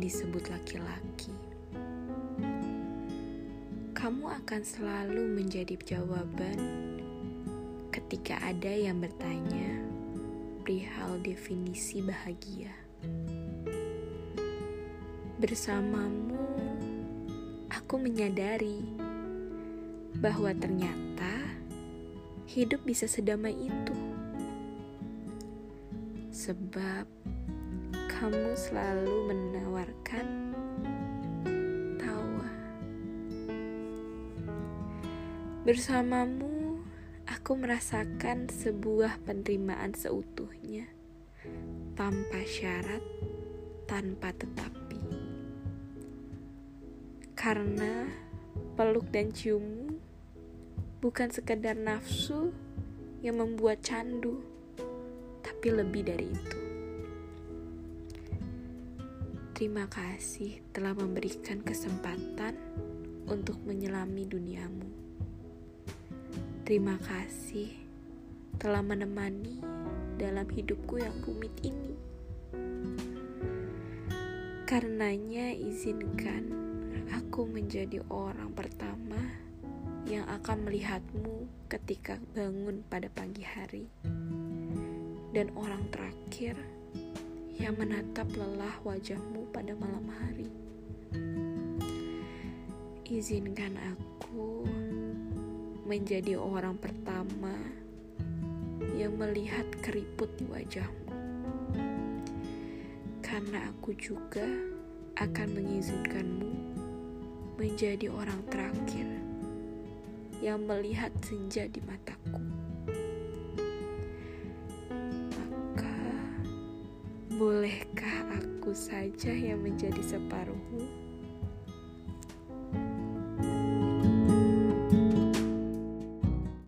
disebut laki-laki. Kamu akan selalu menjadi jawaban ketika ada yang bertanya perihal definisi bahagia. Bersamamu, aku menyadari bahwa ternyata hidup bisa sedamai itu. Sebab kamu selalu menawarkan tawa. Bersamamu, aku merasakan sebuah penerimaan seutuhnya, tanpa syarat, tanpa tetapi. Karena peluk dan ciummu bukan sekedar nafsu yang membuat candu, tapi lebih dari itu. Terima kasih telah memberikan kesempatan untuk menyelami duniamu. Terima kasih telah menemani dalam hidupku yang rumit ini. Karenanya izinkan aku menjadi orang pertama yang akan melihatmu ketika bangun pada pagi hari, dan orang terakhir yang menatap lelah wajahmu pada malam hari. Izinkan aku menjadi orang pertama yang melihat keriput di wajahmu, karena aku juga akan mengizinkanmu menjadi orang terakhir yang melihat senja di mataku. Maka, bolehkah aku saja yang menjadi separuhmu?